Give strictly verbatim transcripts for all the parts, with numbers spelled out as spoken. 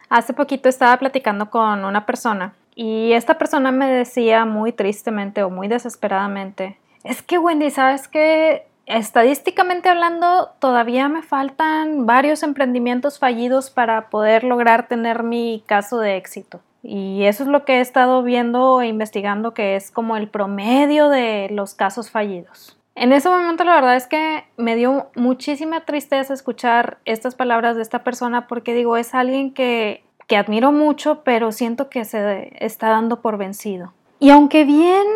Hace poquito estaba platicando con una persona y esta persona me decía muy tristemente o muy desesperadamente, es que Wendy, ¿sabes qué? Estadísticamente hablando, todavía me faltan varios emprendimientos fallidos para poder lograr tener mi caso de éxito. Y eso es lo que he estado viendo e investigando, que es como el promedio de los casos fallidos. En ese momento la verdad es que me dio muchísima tristeza escuchar estas palabras de esta persona porque digo, es alguien que, que admiro mucho, pero siento que se está dando por vencido. Y aunque bien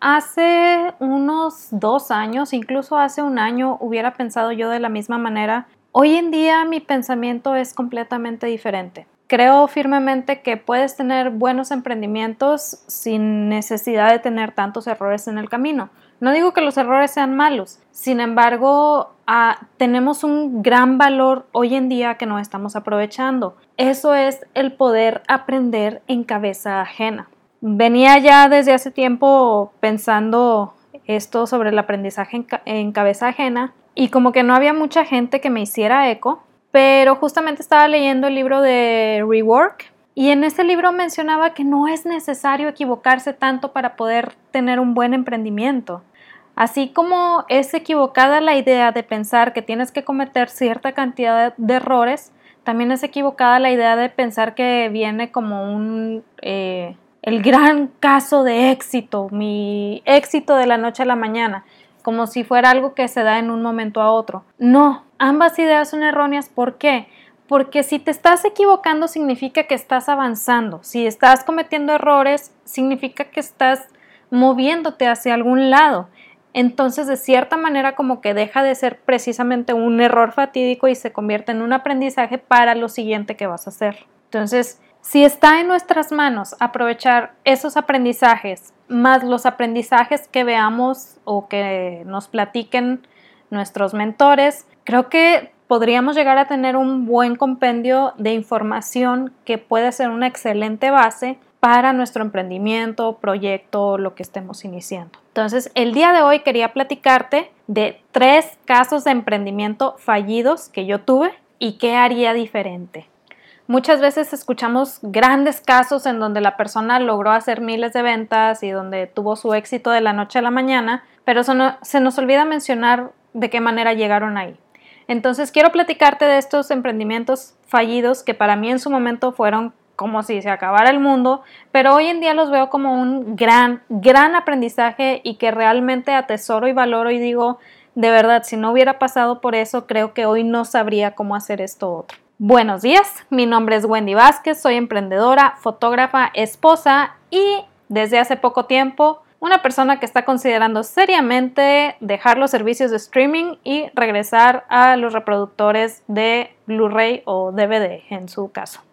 hace unos dos años, incluso hace un año, hubiera pensado yo de la misma manera, hoy en día mi pensamiento es completamente diferente. Creo firmemente que puedes tener buenos emprendimientos sin necesidad de tener tantos errores en el camino. No digo que los errores sean malos, sin embargo, ah, tenemos un gran valor hoy en día que no estamos aprovechando. Eso es el poder aprender en cabeza ajena. Venía ya desde hace tiempo pensando esto sobre el aprendizaje en, ca- en cabeza ajena y como que no había mucha gente que me hiciera eco, pero justamente estaba leyendo el libro de Rework y en ese libro mencionaba que no es necesario equivocarse tanto para poder tener un buen emprendimiento. Así como es equivocada la idea de pensar que tienes que cometer cierta cantidad de errores, también es equivocada la idea de pensar que viene como un... Eh, el gran caso de éxito, mi éxito de la noche a la mañana, como si fuera algo que se da en un momento a otro. No, ambas ideas son erróneas. ¿Por qué? Porque si te estás equivocando significa que estás avanzando. Si estás cometiendo errores, significa que estás moviéndote hacia algún lado. Entonces, de cierta manera, como que deja de ser precisamente un error fatídico y se convierte en un aprendizaje para lo siguiente que vas a hacer. Entonces, si está en nuestras manos aprovechar esos aprendizajes, más los aprendizajes que veamos o que nos platiquen nuestros mentores, creo que podríamos llegar a tener un buen compendio de información que puede ser una excelente base para nuestro emprendimiento, proyecto, lo que estemos iniciando. Entonces, el día de hoy quería platicarte de tres casos de emprendimiento fallidos que yo tuve y qué haría diferente. Muchas veces escuchamos grandes casos en donde la persona logró hacer miles de ventas y donde tuvo su éxito de la noche a la mañana, pero se, no, se nos olvida mencionar de qué manera llegaron ahí. Entonces quiero platicarte de estos emprendimientos fallidos que para mí en su momento fueron como si se acabara el mundo, pero hoy en día los veo como un gran, gran aprendizaje y que realmente atesoro y valoro y digo, de verdad, si no hubiera pasado por eso, creo que hoy no sabría cómo hacer esto otro. Buenos días, mi nombre es Wendy Vázquez, soy emprendedora, fotógrafa, esposa y desde hace poco tiempo una persona que está considerando seriamente dejar los servicios de streaming y regresar a los reproductores de Blu-ray o D V D en su caso.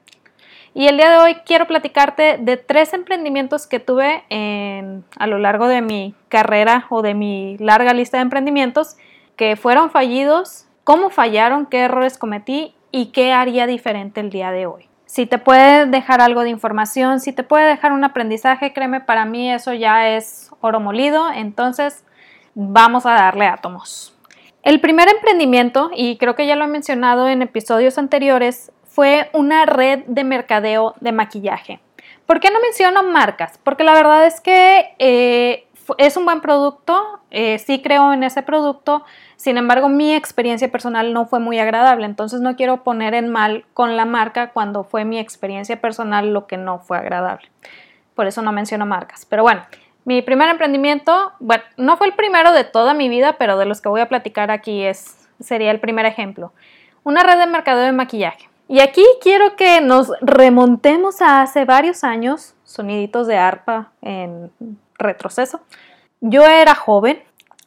Y el día de hoy quiero platicarte de tres emprendimientos que tuve en, a lo largo de mi carrera o de mi larga lista de emprendimientos que fueron fallidos, cómo fallaron, qué errores cometí y qué haría diferente el día de hoy. Si te puede dejar algo de información, si te puede dejar un aprendizaje, créeme, para mí eso ya es oro molido, entonces vamos a darle átomos. El primer emprendimiento, y creo que ya lo he mencionado en episodios anteriores, fue una red de mercadeo de maquillaje. ¿Por qué no menciono marcas? Porque la verdad es que eh, es un buen producto, eh, sí creo en ese producto, sin embargo mi experiencia personal no fue muy agradable, entonces no quiero poner en mal con la marca cuando fue mi experiencia personal lo que no fue agradable. Por eso no menciono marcas, pero bueno, mi primer emprendimiento, bueno, no fue el primero de toda mi vida, pero de los que voy a platicar aquí es, sería el primer ejemplo. Una red de mercadeo de maquillaje. Y aquí quiero que nos remontemos a hace varios años, soniditos de arpa en retroceso. Yo era joven,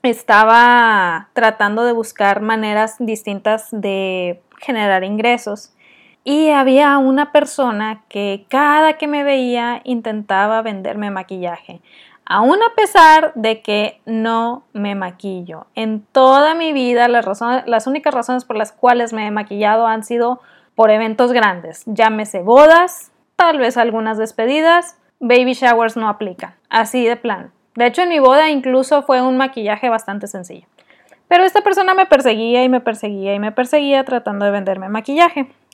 estaba tratando de buscar maneras distintas de generar ingresos y había una persona que cada que me veía intentaba venderme maquillaje, aún a pesar de que no me maquillo. En toda mi vida las, razones, las únicas razones por las cuales me he maquillado han sido por eventos grandes, llámese bodas, tal vez algunas despedidas, baby showers no aplican, así de plano. De hecho, en mi boda incluso fue un maquillaje bastante sencillo. Pero esta persona me perseguía y me perseguía y me perseguía tratando de venderme maquillaje.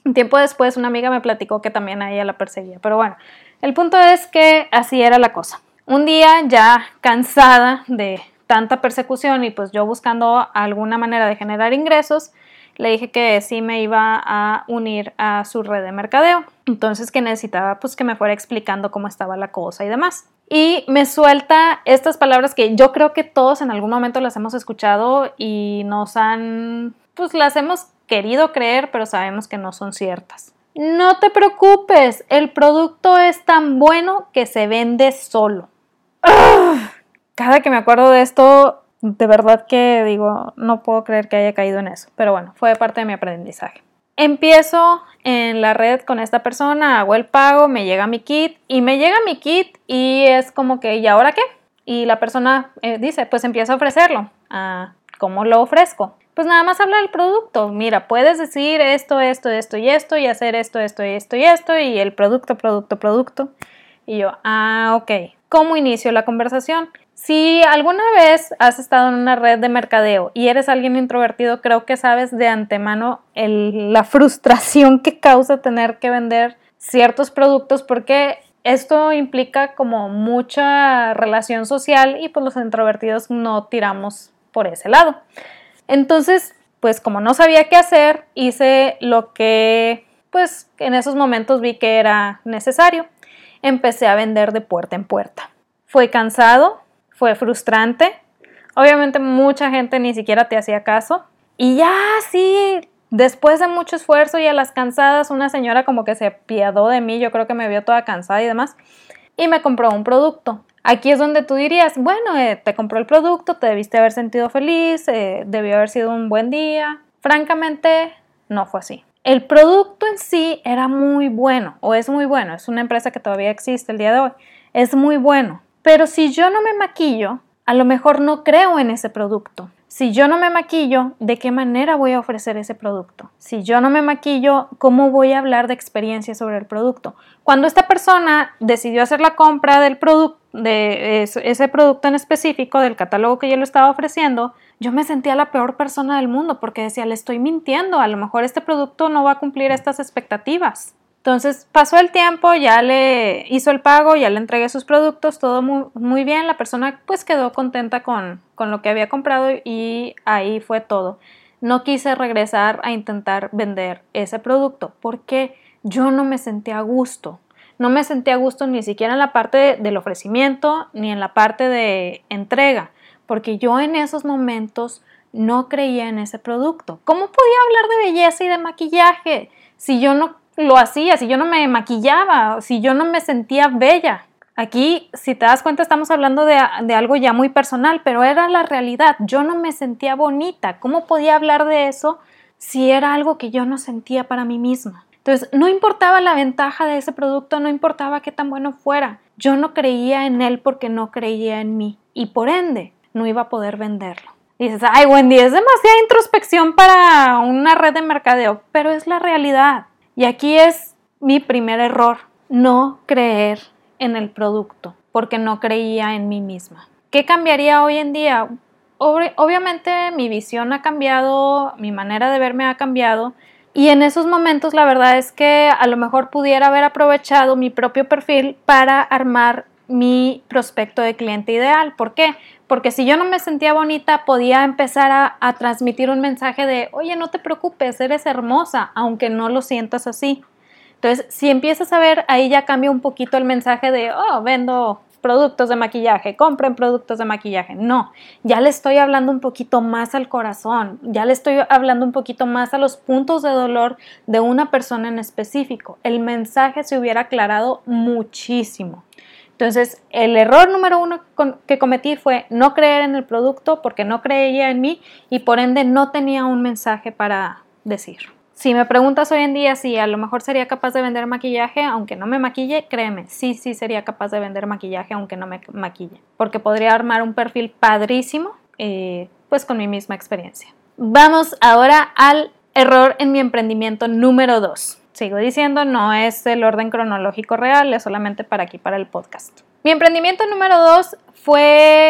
Un tiempo después una amiga me platicó que también a ella la perseguía, pero bueno, el punto es que así era la cosa. Un día, ya cansada de tanta persecución y pues yo buscando alguna manera de generar ingresos, le dije que sí me iba a unir a su red de mercadeo. Entonces que necesitaba pues que me fuera explicando cómo estaba la cosa y demás. Y me suelta estas palabras que yo creo que todos en algún momento las hemos escuchado y nos han, pues las hemos querido creer, pero sabemos que no son ciertas. No te preocupes, el producto es tan bueno que se vende solo. ¡Ugh! Cada que me acuerdo de esto, de verdad que digo, no puedo creer que haya caído en eso. Pero bueno, fue parte de mi aprendizaje. Empiezo en la red con esta persona, hago el pago, me llega mi kit y me llega mi kit y es como que, ¿y ahora qué? Y la persona eh, dice, pues empieza a ofrecerlo. Ah, ¿cómo lo ofrezco? Pues nada más habla del producto. Mira, puedes decir esto, esto, esto y esto y hacer esto, esto y esto y esto y el producto, producto, producto. Y yo, ah, ok. ¿Cómo inicio la conversación? Si alguna vez has estado en una red de mercadeo y eres alguien introvertido, creo que sabes de antemano el, la frustración que causa tener que vender ciertos productos porque esto implica como mucha relación social y pues los introvertidos no tiramos por ese lado. Entonces, pues como no sabía qué hacer, hice lo que pues en esos momentos vi que era necesario. Empecé a vender de puerta en puerta. Fue cansado. Fue frustrante, obviamente mucha gente ni siquiera te hacía caso y ya sí, después de mucho esfuerzo y a las cansadas una señora como que se apiadó de mí, yo creo que me vio toda cansada y demás y me compró un producto. Aquí es donde tú dirías, bueno, eh, te compró el producto, te debiste haber sentido feliz, eh, debió haber sido un buen día. Francamente, no fue así. El producto en sí era muy bueno o es muy bueno, es una empresa que todavía existe el día de hoy, es muy bueno. Pero si yo no me maquillo, a lo mejor no creo en ese producto. Si yo no me maquillo, ¿de qué manera voy a ofrecer ese producto? Si yo no me maquillo, ¿cómo voy a hablar de experiencia sobre el producto? Cuando esta persona decidió hacer la compra del producto, de ese producto en específico, del catálogo que yo le estaba ofreciendo, yo me sentía la peor persona del mundo porque decía, le estoy mintiendo, a lo mejor este producto no va a cumplir estas expectativas. Entonces pasó el tiempo, ya le hizo el pago, ya le entregué sus productos, todo muy, muy bien. La persona pues quedó contenta con, con lo que había comprado y ahí fue todo. No quise regresar a intentar vender ese producto porque yo no me sentía a gusto. No me sentía a gusto ni siquiera en la parte de, del ofrecimiento ni en la parte de entrega, porque yo en esos momentos no creía en ese producto. ¿Cómo podía hablar de belleza y de maquillaje si yo no lo hacía, si yo no me maquillaba, si yo no me sentía bella? Aquí, si te das cuenta, estamos hablando de, de algo ya muy personal, pero era la realidad. Yo no me sentía bonita. ¿Cómo podía hablar de eso si era algo que yo no sentía para mí misma? Entonces, no importaba la ventaja de ese producto, no importaba qué tan bueno fuera. Yo no creía en él porque no creía en mí y por ende no iba a poder venderlo. Dices, ay Wendy, es demasiada introspección para una red de mercadeo, pero es la realidad. Y aquí es mi primer error, no creer en el producto, porque no creía en mí misma. ¿Qué cambiaría hoy en día? Ob- obviamente mi visión ha cambiado, mi manera de verme ha cambiado, y en esos momentos la verdad es que a lo mejor pudiera haber aprovechado mi propio perfil para armar mi prospecto de cliente ideal. ¿Por qué? Porque si yo no me sentía bonita, podía empezar a, a transmitir un mensaje de, oye, no te preocupes, eres hermosa, aunque no lo sientas así. Entonces, si empiezas a ver, ahí ya cambia un poquito el mensaje de, oh, vendo productos de maquillaje, compren productos de maquillaje. No, ya le estoy hablando un poquito más al corazón, ya le estoy hablando un poquito más a los puntos de dolor de una persona en específico. El mensaje se hubiera aclarado muchísimo. Entonces, el error número uno que cometí fue no creer en el producto porque no creía en mí y por ende no tenía un mensaje para decir. Si me preguntas hoy en día si a lo mejor sería capaz de vender maquillaje aunque no me maquille, créeme, sí, sí sería capaz de vender maquillaje aunque no me maquille, porque podría armar un perfil padrísimo, eh, pues con mi misma experiencia. Vamos ahora al error en mi emprendimiento número dos. Sigo diciendo, no es el orden cronológico real, es solamente para aquí, para el podcast. Mi emprendimiento número dos fue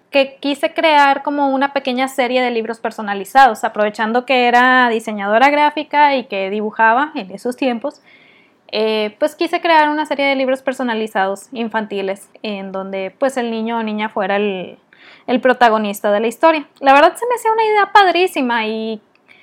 que quise crear como una pequeña serie de libros personalizados, aprovechando que era diseñadora gráfica y que dibujaba en esos tiempos. Eh, pues quise crear una serie de libros personalizados infantiles en donde pues el niño o niña fuera el, el protagonista de la historia. La verdad se me hacía una idea padrísima y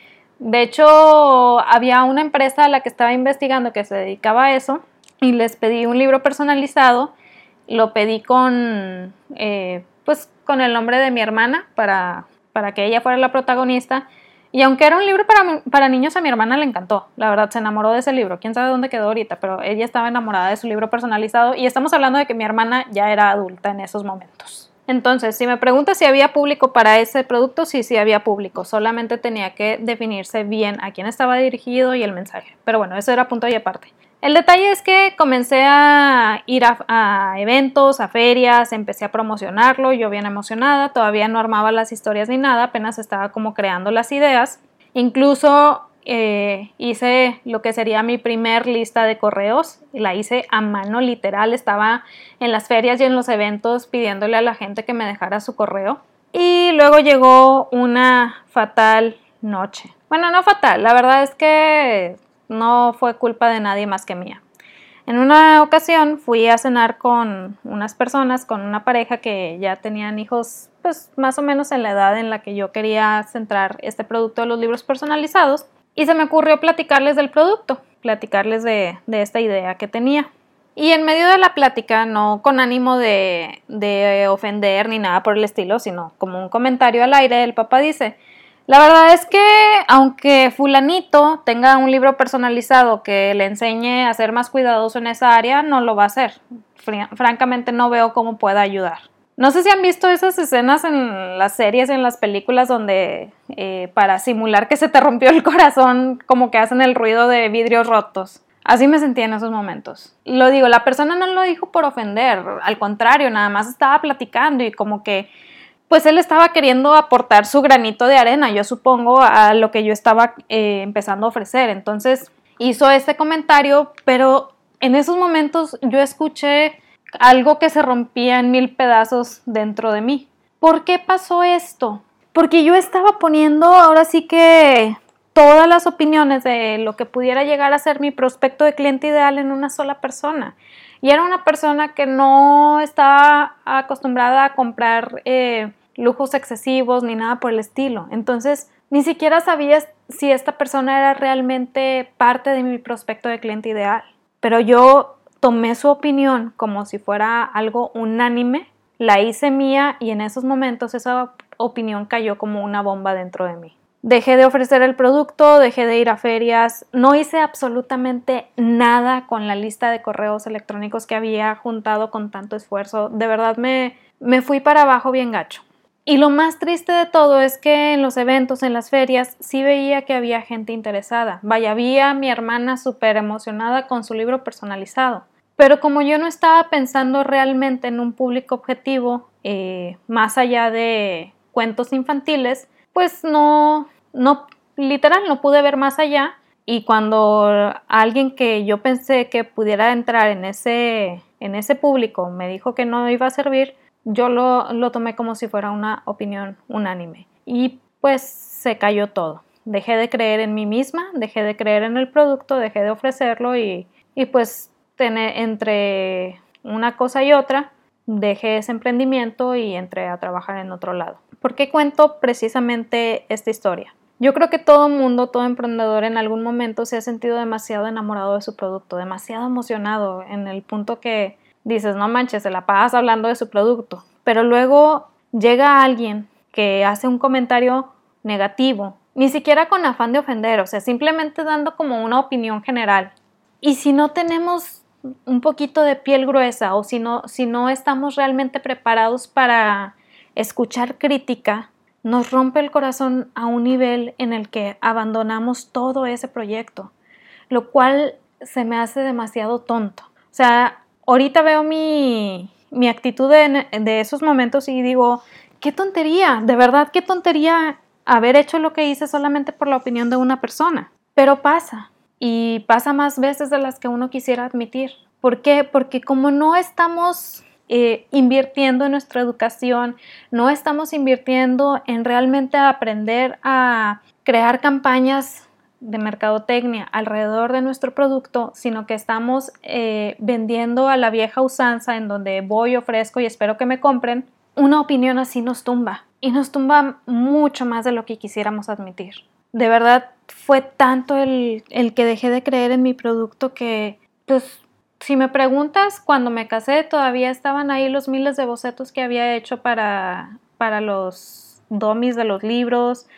de hecho había una empresa a la que estaba investigando que se dedicaba a eso y les pedí un libro personalizado. Lo pedí con eh, pues con el nombre de mi hermana para, para que ella fuera la protagonista. Y aunque era un libro para, para niños, a mi hermana le encantó. La verdad, se enamoró de ese libro. Quién sabe dónde quedó ahorita, pero ella estaba enamorada de su libro personalizado. Y estamos hablando de que mi hermana ya era adulta en esos momentos. Entonces, si me preguntas si había público para ese producto, sí, sí había público. Solamente tenía que definirse bien a quién estaba dirigido y el mensaje. Pero bueno, eso era punto y aparte. El detalle es que comencé a ir a, a eventos, a ferias, empecé a promocionarlo, yo bien emocionada, todavía no armaba las historias ni nada, apenas estaba como creando las ideas. Incluso eh, hice lo que sería mi primer lista de correos, la hice a mano literal, estaba en las ferias y en los eventos pidiéndole a la gente que me dejara su correo. Y luego llegó una fatal noche. Bueno, no fatal, la verdad es que no fue culpa de nadie más que mía. En una ocasión fui a cenar con unas personas, con una pareja que ya tenían hijos, pues más o menos en la edad en la que yo quería centrar este producto de los libros personalizados, y se me ocurrió platicarles del producto, platicarles de, de esta idea que tenía. Y en medio de la plática, no con ánimo de, de ofender ni nada por el estilo, sino como un comentario al aire, el papá dice: la verdad es que aunque fulanito tenga un libro personalizado que le enseñe a ser más cuidadoso en esa área, no lo va a hacer. Francamente no veo cómo pueda ayudar. No sé si han visto esas escenas en las series, en las películas donde eh, para simular que se te rompió el corazón como que hacen el ruido de vidrios rotos. Así me sentí en esos momentos. Lo digo, la persona no lo dijo por ofender, al contrario, nada más estaba platicando y como que pues él estaba queriendo aportar su granito de arena, yo supongo, a lo que yo estaba eh, empezando a ofrecer. Entonces hizo este comentario, pero en esos momentos yo escuché algo que se rompía en mil pedazos dentro de mí. ¿Por qué pasó esto? Porque yo estaba poniendo ahora sí que todas las opiniones de lo que pudiera llegar a ser mi prospecto de cliente ideal en una sola persona. Y era una persona que no estaba acostumbrada a comprar eh, lujos excesivos ni nada por el estilo. Entonces, ni siquiera sabía si esta persona era realmente parte de mi prospecto de cliente ideal. Pero yo tomé su opinión como si fuera algo unánime, la hice mía y en esos momentos esa opinión cayó como una bomba dentro de mí. Dejé de ofrecer el producto, dejé de ir a ferias, no hice absolutamente nada con la lista de correos electrónicos que había juntado con tanto esfuerzo. De verdad me, me fui para abajo bien gacho. Y lo más triste de todo es que en los eventos, en las ferias, sí veía que había gente interesada. Vaya, vi a mi hermana súper emocionada con su libro personalizado. Pero como yo no estaba pensando realmente en un público objetivo, eh, más allá de cuentos infantiles, pues no... No, literal, no pude ver más allá y cuando alguien que yo pensé que pudiera entrar en ese, en ese público me dijo que no iba a servir, yo lo, lo tomé como si fuera una opinión unánime y pues se cayó todo. Dejé de creer en mí misma, dejé de creer en el producto, dejé de ofrecerlo y, y pues tener, entre una cosa y otra dejé ese emprendimiento y entré a trabajar en otro lado. ¿Por qué cuento precisamente esta historia? Yo creo que todo mundo, todo emprendedor en algún momento se ha sentido demasiado enamorado de su producto, demasiado emocionado en el punto que dices, no manches, se la pasas hablando de su producto. Pero luego llega alguien que hace un comentario negativo, ni siquiera con afán de ofender, o sea, simplemente dando como una opinión general. Y si no tenemos un poquito de piel gruesa o si no, si no estamos realmente preparados para escuchar crítica, nos rompe el corazón a un nivel en el que abandonamos todo ese proyecto, lo cual se me hace demasiado tonto. O sea, ahorita veo mi, mi actitud de, de esos momentos y digo, qué tontería, de verdad, qué tontería haber hecho lo que hice solamente por la opinión de una persona. Pero pasa, y pasa más veces de las que uno quisiera admitir. ¿Por qué? Porque como no estamos eh, invirtiendo en nuestra educación, no estamos invirtiendo en realmente aprender a crear campañas de mercadotecnia alrededor de nuestro producto, sino que estamos eh, vendiendo a la vieja usanza en donde voy, ofrezco y espero que me compren. Una opinión así nos tumba y nos tumba mucho más de lo que quisiéramos admitir. De verdad fue tanto el, el que dejé de creer en mi producto que, pues, si me preguntas, cuando me casé todavía estaban ahí los miles de bocetos que había hecho para, para los dummies de los libros.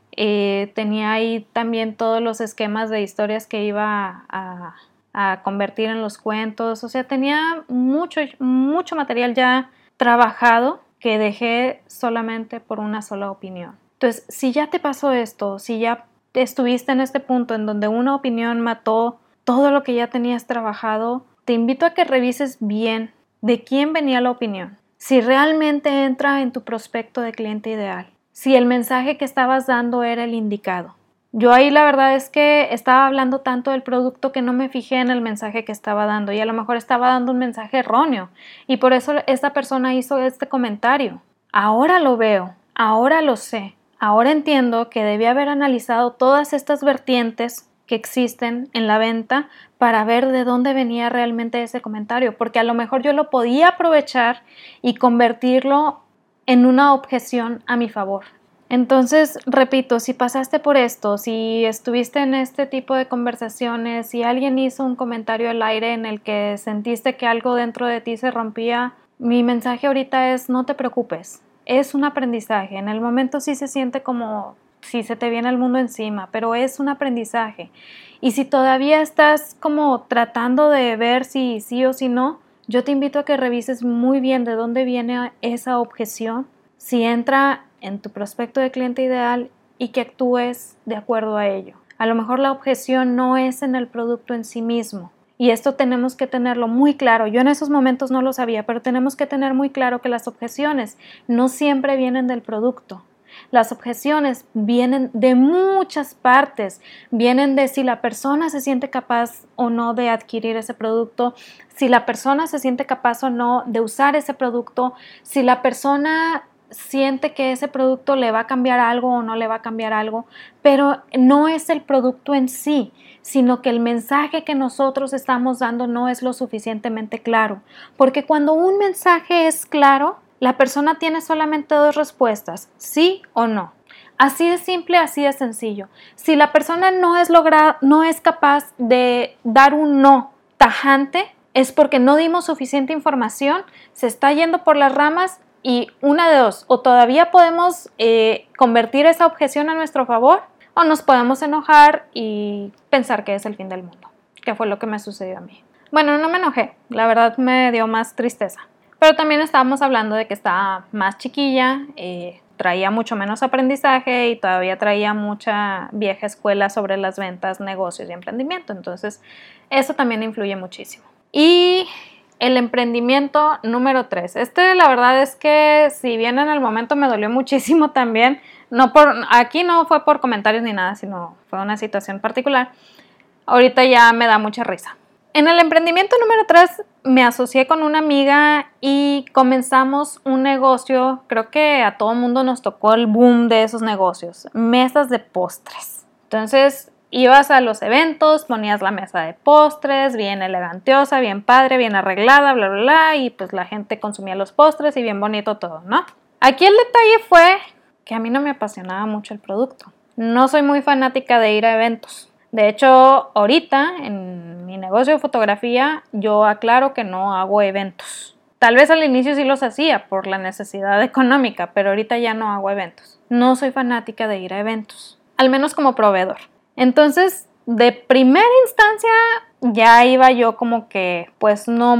Eh, tenía ahí también todos los esquemas de historias que iba a, a convertir en los cuentos. O sea, tenía mucho, mucho material ya trabajado que dejé solamente por una sola opinión. Entonces, si ya te pasó esto, si ya estuviste en este punto en donde una opinión mató todo lo que ya tenías trabajado, te invito a que revises bien de quién venía la opinión, si realmente entra en tu prospecto de cliente ideal, si el mensaje que estabas dando era el indicado. Yo ahí la verdad es que estaba hablando tanto del producto que no me fijé en el mensaje que estaba dando y a lo mejor estaba dando un mensaje erróneo y por eso esta persona hizo este comentario. Ahora lo veo, ahora lo sé, ahora entiendo que debí haber analizado todas estas vertientes que existen en la venta para ver de dónde venía realmente ese comentario, porque a lo mejor yo lo podía aprovechar y convertirlo en una objeción a mi favor. Entonces, repito, si pasaste por esto, si estuviste en este tipo de conversaciones, si alguien hizo un comentario al aire en el que sentiste que algo dentro de ti se rompía, mi mensaje ahorita es no te preocupes, es un aprendizaje. En el momento sí se siente como si se te viene el mundo encima, pero es un aprendizaje. Y si todavía estás como tratando de ver si sí o si no, yo te invito a que revises muy bien de dónde viene esa objeción, si entra en tu prospecto de cliente ideal y que actúes de acuerdo a ello. A lo mejor la objeción no es en el producto en sí mismo. Y esto tenemos que tenerlo muy claro. Yo en esos momentos no lo sabía, pero tenemos que tener muy claro que las objeciones no siempre vienen del producto. Las objeciones vienen de muchas partes, vienen de si la persona se siente capaz o no de adquirir ese producto, si la persona se siente capaz o no de usar ese producto, si la persona siente que ese producto le va a cambiar algo o no le va a cambiar algo, pero no es el producto en sí, sino que el mensaje que nosotros estamos dando no es lo suficientemente claro, porque cuando un mensaje es claro, la persona tiene solamente dos respuestas, sí o no. Así de simple, así de sencillo. Si la persona no es, logra- no es capaz de dar un no tajante, es porque no dimos suficiente información, se está yendo por las ramas y una de dos, o todavía podemos eh, convertir esa objeción a nuestro favor o nos podemos enojar y pensar que es el fin del mundo, que fue lo que me sucedió a mí. Bueno, no me enojé, la verdad me dio más tristeza. Pero también estábamos hablando de que estaba más chiquilla, eh, traía mucho menos aprendizaje y todavía traía mucha vieja escuela sobre las ventas, negocios y emprendimiento. Entonces, eso también influye muchísimo. Y el emprendimiento número tres. Este, la verdad es que si bien en el momento me dolió muchísimo también, no por, aquí no fue por comentarios ni nada, sino fue una situación particular. Ahorita ya me da mucha risa. En el emprendimiento número tres me asocié con una amiga y comenzamos un negocio. Creo que a todo mundo nos tocó el boom de esos negocios, mesas de postres. Entonces ibas a los eventos, ponías la mesa de postres, bien elegantiosa, bien padre, bien arreglada, bla, bla, bla, y pues la gente consumía los postres y bien bonito todo, ¿no? Aquí el detalle fue que a mí no me apasionaba mucho el producto. No soy muy fanática de ir a eventos. De hecho, ahorita en mi negocio de fotografía yo aclaro que no hago eventos. Tal vez al inicio sí los hacía por la necesidad económica, pero ahorita ya no hago eventos. No soy fanática de ir a eventos, al menos como proveedor. Entonces, de primera instancia ya iba yo como que pues no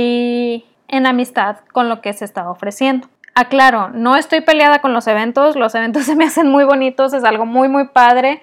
muy en amistad con lo que se estaba ofreciendo. Aclaro, no estoy peleada con los eventos, los eventos se me hacen muy bonitos, es algo muy muy padre,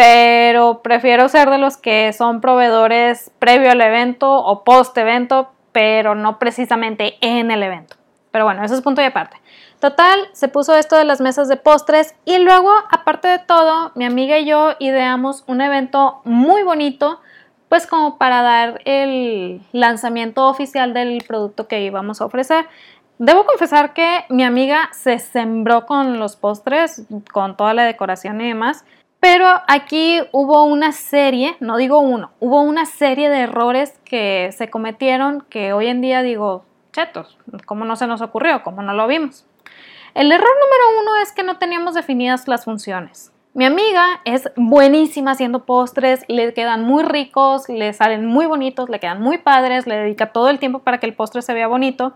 pero prefiero ser de los que son proveedores previo al evento o post evento, pero no precisamente en el evento. Pero bueno, eso es punto y aparte. Total, se puso esto de las mesas de postres y luego, aparte de todo, mi amiga y yo ideamos un evento muy bonito pues como para dar el lanzamiento oficial del producto que íbamos a ofrecer. Debo confesar que mi amiga se sembró con los postres, con toda la decoración y demás, pero aquí hubo una serie, no digo uno, hubo una serie de errores que se cometieron que hoy en día digo, chetos, ¿cómo no se nos ocurrió? ¿Cómo no lo vimos? El error número uno es que no teníamos definidas las funciones. Mi amiga es buenísima haciendo postres, le quedan muy ricos, le salen muy bonitos, le quedan muy padres, le dedica todo el tiempo para que el postre se vea bonito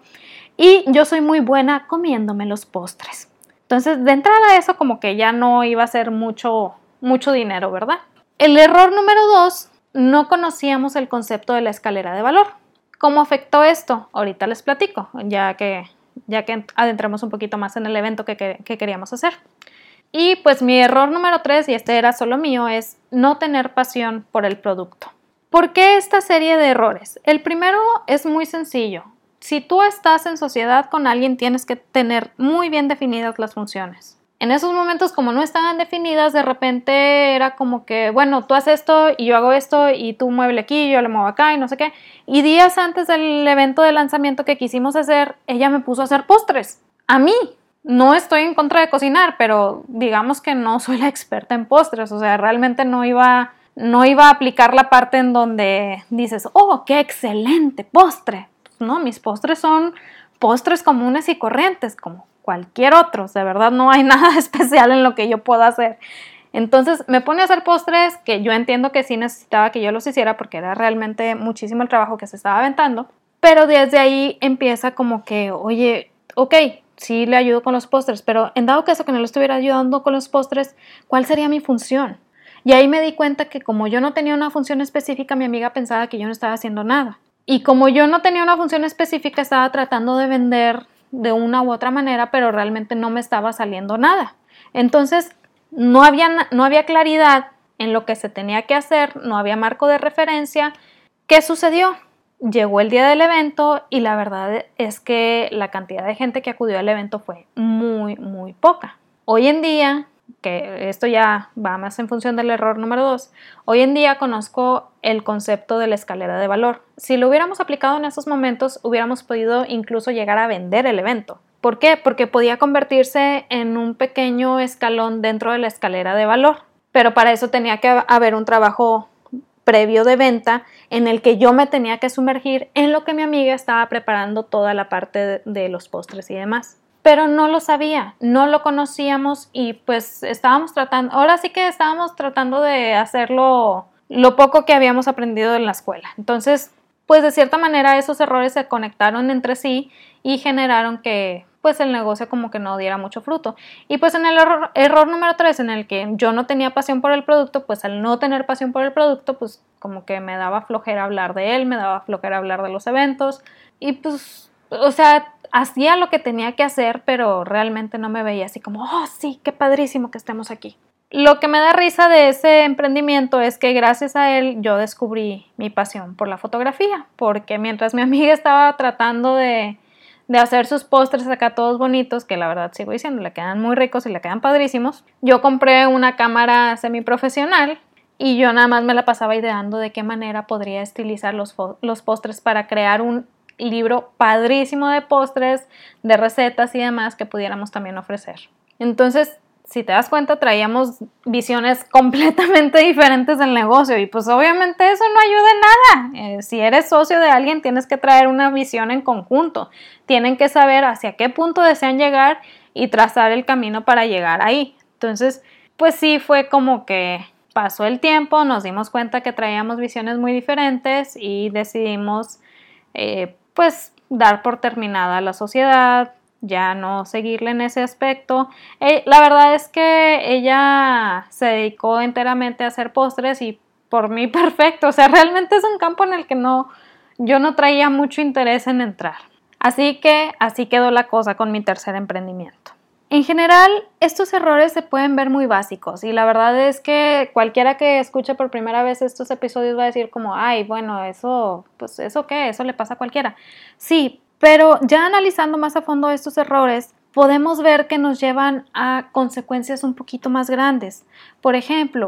y yo soy muy buena comiéndome los postres. Entonces, de entrada eso como que ya no iba a ser mucho, mucho dinero, ¿verdad? El error número dos, no conocíamos el concepto de la escalera de valor. ¿Cómo afectó esto? Ahorita les platico, ya que, ya que adentremos un poquito más en el evento que, que, que queríamos hacer. Y pues mi error número tres, y este era solo mío, es no tener pasión por el producto. ¿Por qué esta serie de errores? El primero es muy sencillo. Si tú estás en sociedad con alguien, tienes que tener muy bien definidas las funciones. En esos momentos, como no estaban definidas, de repente era como que, bueno, tú haces esto y yo hago esto y tú mueble aquí y yo le muevo acá y no sé qué. Y días antes del evento de lanzamiento que quisimos hacer, ella me puso a hacer postres. A mí. No estoy en contra de cocinar, pero digamos que no soy la experta en postres, o sea, realmente no iba, no iba a aplicar la parte en donde dices, oh, qué excelente postre. No, mis postres son postres comunes y corrientes, como cualquier otro, de verdad no hay nada especial en lo que yo pueda hacer. Entonces me pone a hacer postres que yo entiendo que sí necesitaba que yo los hiciera porque era realmente muchísimo el trabajo que se estaba aventando, pero desde ahí empieza como que, oye, ok, sí le ayudo con los postres, pero en dado caso que no le estuviera ayudando con los postres, ¿cuál sería mi función? Y ahí me di cuenta que como yo no tenía una función específica, mi amiga pensaba que yo no estaba haciendo nada. Y como yo no tenía una función específica, estaba tratando de vender de una u otra manera, pero realmente no me estaba saliendo nada. Entonces, no había, no había claridad en lo que se tenía que hacer, no había marco de referencia. ¿Qué sucedió? Llegó el día del evento y la verdad es que la cantidad de gente que acudió al evento fue muy, muy poca. Hoy en día, que esto ya va más en función del error número dos, hoy en día conozco el concepto de la escalera de valor. Si lo hubiéramos aplicado en esos momentos, hubiéramos podido incluso llegar a vender el evento. ¿Por qué? Porque podía convertirse en un pequeño escalón dentro de la escalera de valor, pero para eso tenía que haber un trabajo previo de venta en el que yo me tenía que sumergir en lo que mi amiga estaba preparando toda la parte de, de los postres y demás. Pero no lo sabía, no lo conocíamos y pues estábamos tratando, ahora sí que estábamos tratando de hacerlo lo poco que habíamos aprendido en la escuela. Entonces, pues de cierta manera esos errores se conectaron entre sí y generaron que pues el negocio como que no diera mucho fruto. Y pues en el error, error número tres, en el que yo no tenía pasión por el producto, pues al no tener pasión por el producto, pues como que me daba flojera hablar de él, me daba flojera hablar de los eventos y pues, o sea, hacía lo que tenía que hacer, pero realmente no me veía así como, oh sí, qué padrísimo que estemos aquí. Lo que me da risa de ese emprendimiento es que gracias a él yo descubrí mi pasión por la fotografía, porque mientras mi amiga estaba tratando de de hacer sus postres acá todos bonitos, que la verdad sigo diciendo, le quedan muy ricos y le quedan padrísimos. Yo compré una cámara semiprofesional y yo nada más me la pasaba ideando de qué manera podría estilizar los, los postres para crear un libro padrísimo de postres, de recetas y demás que pudiéramos también ofrecer. Entonces, si te das cuenta, traíamos visiones completamente diferentes del negocio y pues obviamente eso no ayuda en nada. Eh, si eres socio de alguien, tienes que traer una visión en conjunto. Tienen que saber hacia qué punto desean llegar y trazar el camino para llegar ahí. Entonces, pues sí, fue como que pasó el tiempo, nos dimos cuenta que traíamos visiones muy diferentes y decidimos eh, pues dar por terminada la sociedad, ya no seguirle en ese aspecto. Eh, la verdad es que ella se dedicó enteramente a hacer postres y por mí perfecto, o sea, realmente es un campo en el que no, yo no traía mucho interés en entrar. Así que así quedó la cosa con mi tercer emprendimiento. En general, estos errores se pueden ver muy básicos y la verdad es que cualquiera que escuche por primera vez estos episodios va a decir como, ay, bueno, eso, pues, ¿eso qué? Eso le pasa a cualquiera. Sí, pero ya analizando más a fondo estos errores, podemos ver que nos llevan a consecuencias un poquito más grandes. Por ejemplo,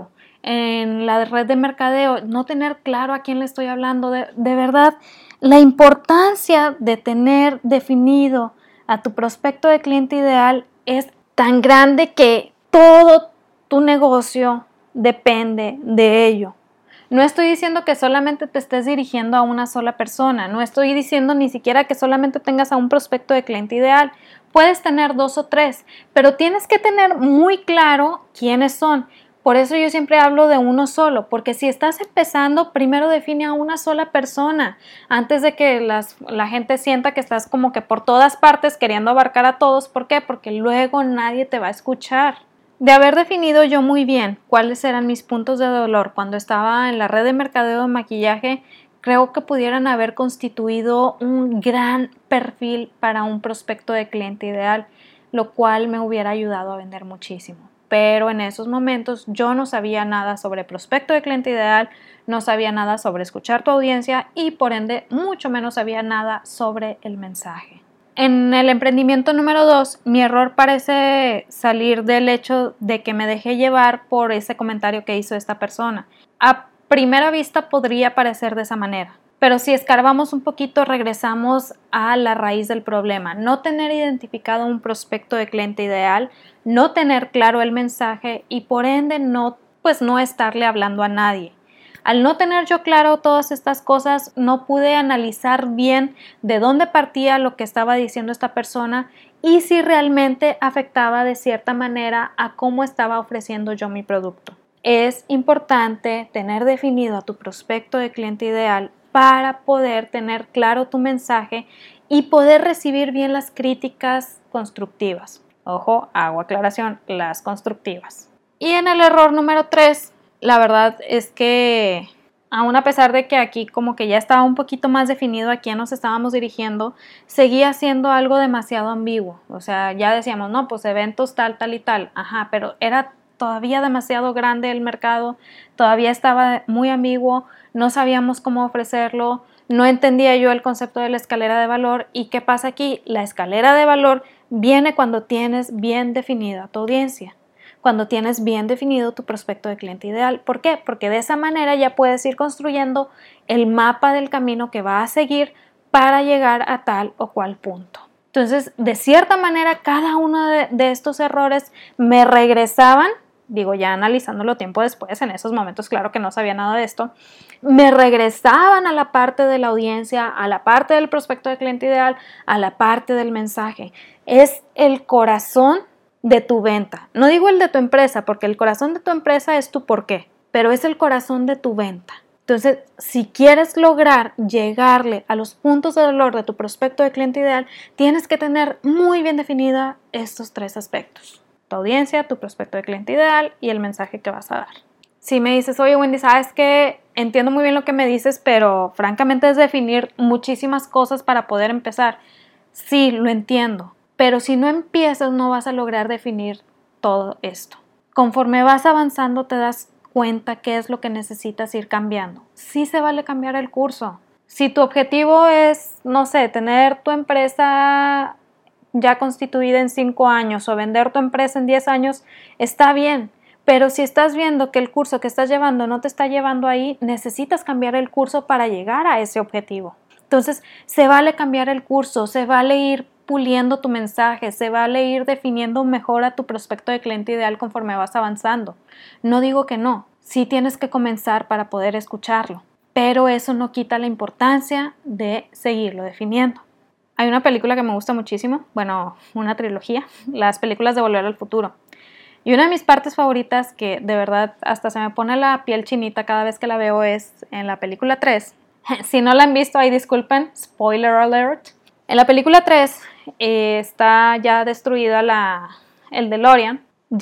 en la red de mercadeo, no tener claro a quién le estoy hablando. De, de verdad, la importancia de tener definido a tu prospecto de cliente ideal es tan grande que todo tu negocio depende de ello. No estoy diciendo que solamente te estés dirigiendo a una sola persona, no estoy diciendo ni siquiera que solamente tengas a un prospecto de cliente ideal. Puedes tener dos o tres, pero tienes que tener muy claro quiénes son. Por eso yo siempre hablo de uno solo, porque si estás empezando, primero define a una sola persona, antes de que las, la gente sienta que estás como que por todas partes queriendo abarcar a todos. ¿Por qué? Porque luego nadie te va a escuchar. De haber definido yo muy bien cuáles eran mis puntos de dolor cuando estaba en la red de mercadeo de maquillaje, creo que pudieran haber constituido un gran perfil para un prospecto de cliente ideal, lo cual me hubiera ayudado a vender muchísimo. Pero en esos momentos yo no sabía nada sobre prospecto de cliente ideal, no sabía nada sobre escuchar tu audiencia y por ende mucho menos sabía nada sobre el mensaje. En el emprendimiento número dos, mi error parece salir del hecho de que me dejé llevar por ese comentario que hizo esta persona. A primera vista podría parecer de esa manera, pero si escarbamos un poquito regresamos a la raíz del problema. No tener identificado un prospecto de cliente ideal, no tener claro el mensaje y por ende no, pues no estarle hablando a nadie. Al no tener yo claro todas estas cosas, no pude analizar bien de dónde partía lo que estaba diciendo esta persona y si realmente afectaba de cierta manera a cómo estaba ofreciendo yo mi producto. Es importante tener definido a tu prospecto de cliente ideal para poder tener claro tu mensaje y poder recibir bien las críticas constructivas. Ojo, hago aclaración, las constructivas. Y en el error número tres, la verdad es que aún a pesar de que aquí como que ya estaba un poquito más definido a quién nos estábamos dirigiendo, seguía siendo algo demasiado ambiguo. O sea, ya decíamos, no, pues eventos tal, tal y tal. Ajá, pero era todavía demasiado grande el mercado, todavía estaba muy ambiguo, no sabíamos cómo ofrecerlo, no entendía yo el concepto de la escalera de valor. ¿Y qué pasa aquí? La escalera de valor viene cuando tienes bien definida tu audiencia, cuando tienes bien definido tu prospecto de cliente ideal. ¿Por qué? Porque de esa manera ya puedes ir construyendo el mapa del camino que va a seguir para llegar a tal o cual punto. Entonces, de cierta manera, cada uno de, de estos errores me regresaban, digo ya analizándolo tiempo después, en esos momentos claro que no sabía nada de esto, me regresaban a la parte de la audiencia, a la parte del prospecto de cliente ideal, a la parte del mensaje. Es el corazón de tu venta. No digo el de tu empresa, porque el corazón de tu empresa es tu porqué, pero es el corazón de tu venta. Entonces, si quieres lograr llegarle a los puntos de dolor de tu prospecto de cliente ideal, tienes que tener muy bien definida estos tres aspectos: tu audiencia, tu prospecto de cliente ideal y el mensaje que vas a dar. Si me dices, oye Wendy, sabes que entiendo muy bien lo que me dices, pero francamente es definir muchísimas cosas para poder empezar. Sí, lo entiendo. Pero si no empiezas, no vas a lograr definir todo esto. Conforme vas avanzando, te das cuenta qué es lo que necesitas ir cambiando. Sí se vale cambiar el curso. Si tu objetivo es, no sé, tener tu empresa ya constituida en cinco años o vender tu empresa en diez años, está bien. Pero si estás viendo que el curso que estás llevando no te está llevando ahí, necesitas cambiar el curso para llegar a ese objetivo. Entonces, se vale cambiar el curso, se vale ir puliendo tu mensaje, se vale ir definiendo mejor a tu prospecto de cliente ideal conforme vas avanzando. No digo que no, sí tienes que comenzar para poder escucharlo, pero eso no quita la importancia de seguirlo definiendo. Hay una película que me gusta muchísimo, bueno, una trilogía, las películas de Volver al Futuro. Y una de mis partes favoritas, que de verdad hasta se me pone la piel chinita cada vez que la veo, es en la película tres. Si no la han visto, ahí disculpen, spoiler alert. En la película tres eh, está ya destruida la, el DeLorean.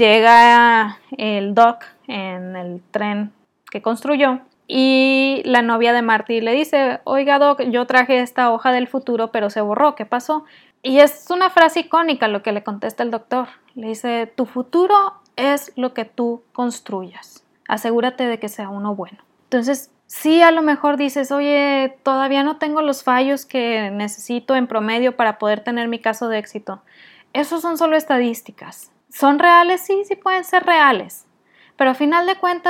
Llega el Doc en el tren que construyó y la novia de Marty le dice, oiga Doc, yo traje esta hoja del futuro pero se borró, ¿qué pasó? Y es una frase icónica lo que le contesta el doctor. Le dice, tu futuro es lo que tú construyas. Asegúrate de que sea uno bueno. Entonces, sí, a lo mejor dices, oye, todavía no tengo los fallos que necesito en promedio para poder tener mi caso de éxito. Esos son solo estadísticas. ¿Son reales? Sí, sí pueden ser reales. Pero a final de cuentas,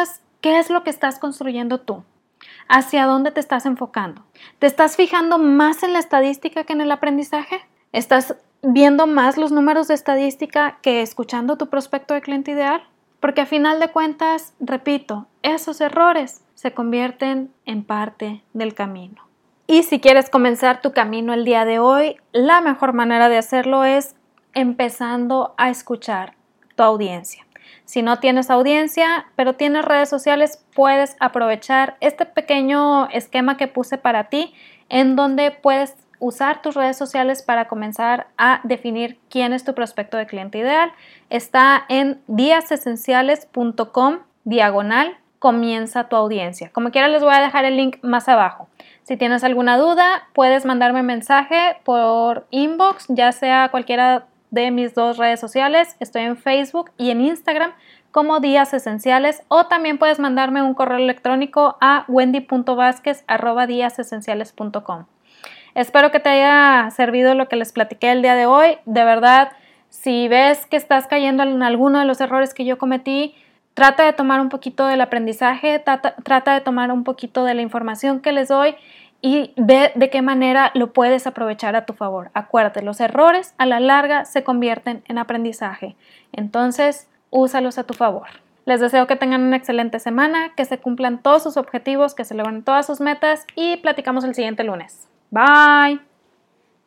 ¿Qué es lo que estás construyendo tú? ¿Hacia dónde te estás enfocando? ¿Te estás fijando más en la estadística que en el aprendizaje? ¿Estás viendo más los números de estadística que escuchando tu prospecto de cliente ideal? Porque a final de cuentas, repito, esos errores se convierten en parte del camino. Y si quieres comenzar tu camino el día de hoy, la mejor manera de hacerlo es empezando a escuchar tu audiencia. Si no tienes audiencia, pero tienes redes sociales, puedes aprovechar este pequeño esquema que puse para ti, en donde puedes usar tus redes sociales para comenzar a definir quién es tu prospecto de cliente ideal. Está en díasesenciales punto com diagonal comienza tu audiencia. Como quiera, les voy a dejar el link más abajo. Si tienes alguna duda, puedes mandarme mensaje por inbox, ya sea cualquiera de mis dos redes sociales. Estoy en Facebook y en Instagram como Días Esenciales, o también puedes mandarme un correo electrónico a wendy punto vasquez arroba díasesenciales punto com. Espero que te haya servido lo que les platiqué el día de hoy. De verdad, si ves que estás cayendo en alguno de los errores que yo cometí, trata de tomar un poquito del aprendizaje, trata, trata de tomar un poquito de la información que les doy y ve de qué manera lo puedes aprovechar a tu favor. Acuérdate, los errores a la larga se convierten en aprendizaje. Entonces, úsalos a tu favor. Les deseo que tengan una excelente semana, que se cumplan todos sus objetivos, que se logren todas sus metas y platicamos el siguiente lunes. Bye.